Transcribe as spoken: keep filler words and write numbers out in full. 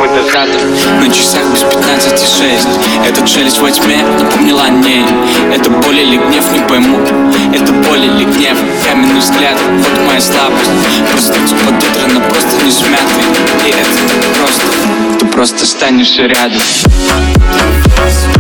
мы дожаты. На часах без пятнадцати шесть. Этот шелест во тьме напомнила о ней. Это боль или гнев, не пойму. Это боль или гнев, каменный взгляд. Вот моя слабость. Проснуться под утро, но просто не смятый. И это не просто. Ты просто останешься рядом.